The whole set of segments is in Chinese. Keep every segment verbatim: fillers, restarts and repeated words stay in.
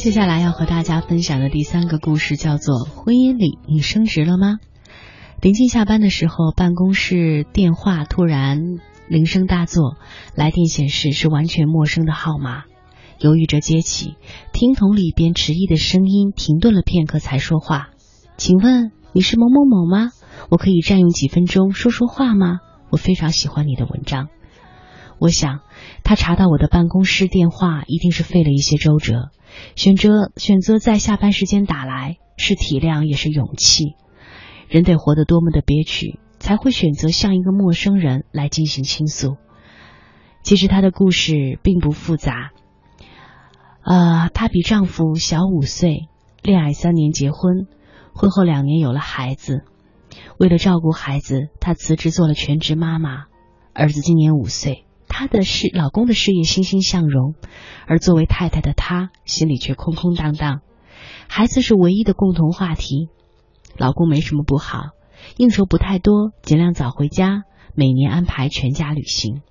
接下来要和大家分享的第三个故事叫做婚姻里你升职了吗？临近下班的时候，办公室电话突然铃声大作，来电显示是完全陌生的号码，犹豫着接起，听筒里边迟疑的声音停顿了片刻才说话，请问你是某某某吗？我可以占用几分钟说说话吗？我非常喜欢你的文章。我想他查到我的办公室电话一定是费了一些周折，选择选择在下班时间打来，是体谅也是勇气。人得活得多么的憋屈，才会选择向一个陌生人来进行倾诉。其实她的故事并不复杂，呃，她比丈夫小五岁，恋爱三年结婚，婚后两年有了孩子。为了照顾孩子，她辞职做了全职妈妈。儿子今年五岁，她的事老公的事业欣欣向荣，而作为太太的她心里却空空荡荡。孩子是唯一的共同话题，老公没什么不好，应酬不太多，尽量早回家，每年安排全家旅行。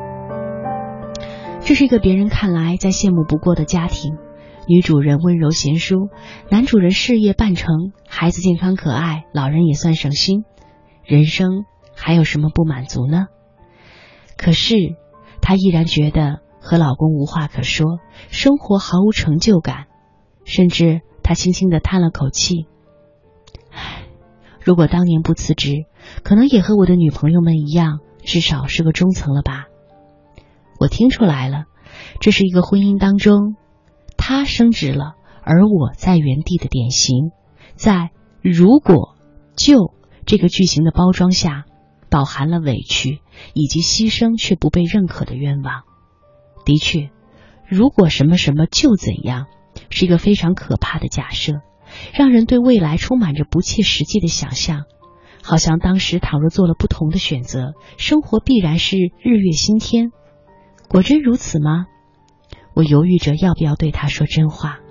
这是一个别人看来再羡慕不过的家庭，女主人温柔贤淑，男主人事业半成，孩子健康可爱，老人也算省心，人生还有什么不满足呢？可是她依然觉得和老公无话可说，生活毫无成就感，甚至她轻轻地叹了口气，唉，如果当年不辞职，可能也和我的女朋友们一样，至少是个中层了吧。我听出来了，这是一个婚姻当中他升职了，而我在原地的典型，在如果就这个句型的包装下，饱含了委屈以及牺牲却不被认可的冤枉。的确，如果什么什么就怎样，是一个非常可怕的假设，让人对未来充满着不切实际的想象，好像当时倘若做了不同的选择，生活必然是日月新天。果真如此吗？我犹豫着要不要对他说真话。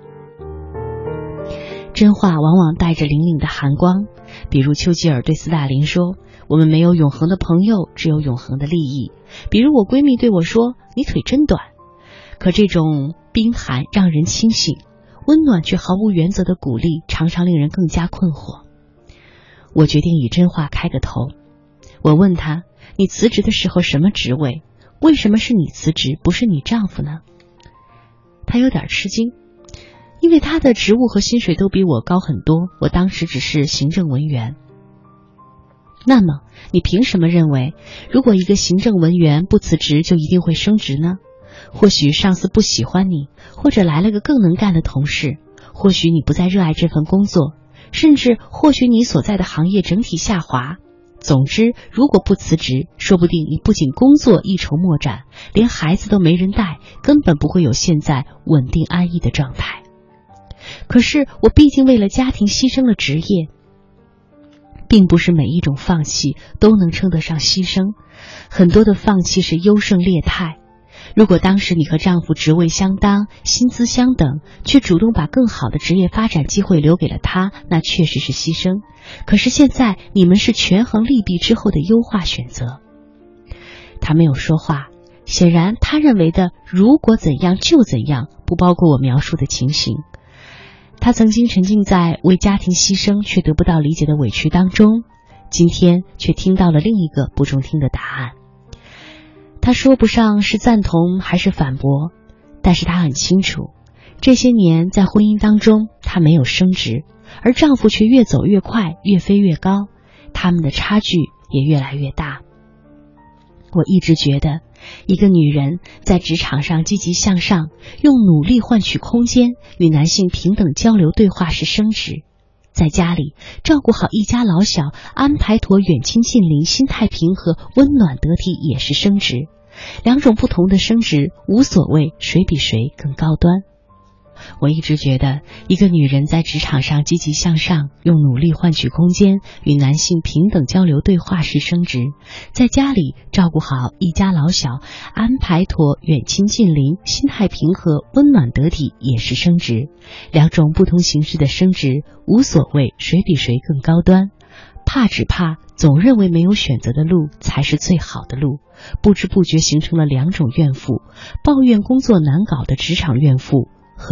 真话往往带着凛凛的寒光，比如丘吉尔对斯大林说，我们没有永恒的朋友，只有永恒的利益。比如我闺蜜对我说，你腿真短。可这种冰寒让人清醒，温暖却毫无原则的鼓励常常令人更加困惑。我决定以真话开个头。我问他，你辞职的时候什么职位？为什么是你辞职，不是你丈夫呢？他有点吃惊，因为他的职务和薪水都比我高很多，我当时只是行政文员。那么你凭什么认为如果一个行政文员不辞职就一定会升职呢？或许上司不喜欢你，或者来了个更能干的同事，或许你不再热爱这份工作，甚至或许你所在的行业整体下滑。总之，如果不辞职，说不定你不仅工作一筹莫展，连孩子都没人带，根本不会有现在稳定安逸的状态。可是我毕竟为了家庭牺牲了职业，并不是每一种放弃都能称得上牺牲，很多的放弃是优胜劣汰。如果当时你和丈夫职位相当，薪资相等，却主动把更好的职业发展机会留给了他，那确实是牺牲。可是现在你们是权衡利弊之后的优化选择。他没有说话，显然他认为的如果怎样就怎样不包括我描述的情形。他曾经沉浸在为家庭牺牲却得不到理解的委屈当中，今天却听到了另一个不中听的答案。他说不上是赞同还是反驳，但是他很清楚，这些年在婚姻当中他没有升职，而丈夫却越走越快，越飞越高，他们的差距也越来越大。我一直觉得，一个女人在职场上积极向上，用努力换取空间，与男性平等交流对话是升职；在家里照顾好一家老小，安排妥远亲近邻，心态平和，温暖得体也是升职。两种不同的升职，无所谓谁比谁更高端。我一直觉得，一个女人在职场上积极向上，用努力换取空间，与男性平等交流对话是升职；在家里照顾好一家老小，安排妥远亲近邻，心态平和，温暖得体也是升职。两种不同形式的升职，无所谓谁比谁更高端。怕只怕总认为没有选择的路才是最好的路，不知不觉形成了两种怨妇：抱怨工作难搞的职场怨妇和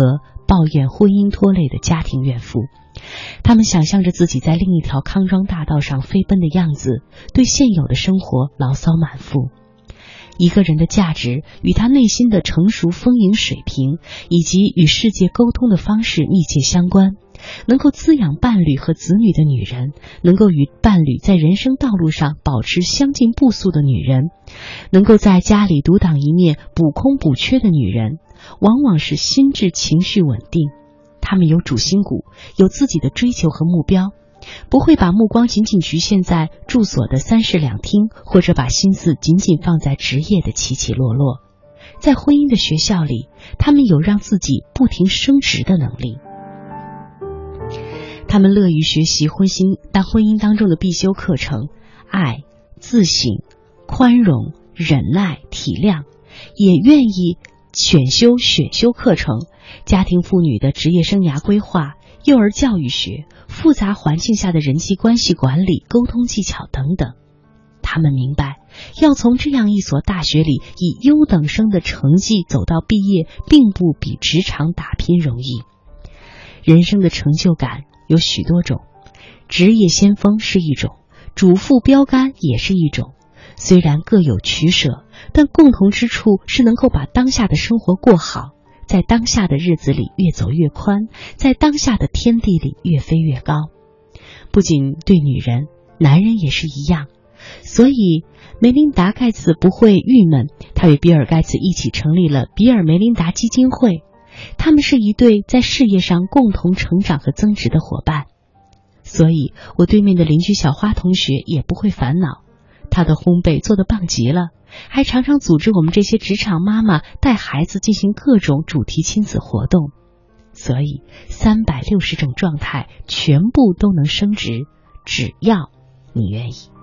抱怨婚姻拖累的家庭怨妇。他们想象着自己在另一条康庄大道上飞奔的样子，对现有的生活牢骚满腹。一个人的价值与他内心的成熟丰盈水平以及与世界沟通的方式密切相关。能够滋养伴侣和子女的女人，能够与伴侣在人生道路上保持相近步速的女人，能够在家里独当一面补空补缺的女人，往往是心智情绪稳定。她们有主心骨，有自己的追求和目标，不会把目光仅仅局限在住所的三室两厅，或者把心思仅仅放在职业的起起落落。在婚姻的学校里，她们有让自己不停升职的能力。他们乐于学习婚姻当婚姻当中的必修课程，爱、自省、宽容、忍耐、体谅，也愿意选修选修课程，家庭妇女的职业生涯规划、幼儿教育学、复杂环境下的人际关系管理、沟通技巧等等。他们明白，要从这样一所大学里以优等生的成绩走到毕业，并不比职场打拼容易。人生的成就感有许多种，职业先锋是一种，主妇标杆也是一种。虽然各有取舍，但共同之处是能够把当下的生活过好，在当下的日子里越走越宽，在当下的天地里越飞越高。不仅对女人，男人也是一样。所以梅琳达·盖茨不会郁闷，她与比尔·盖茨一起成立了比尔·梅琳达基金会。他们是一对在事业上共同成长和增值的伙伴。所以我对面的邻居小花同学也不会烦恼，她的烘焙做得棒极了，还常常组织我们这些职场妈妈带孩子进行各种主题亲子活动。所以三百六十种状态全部都能升职，只要你愿意。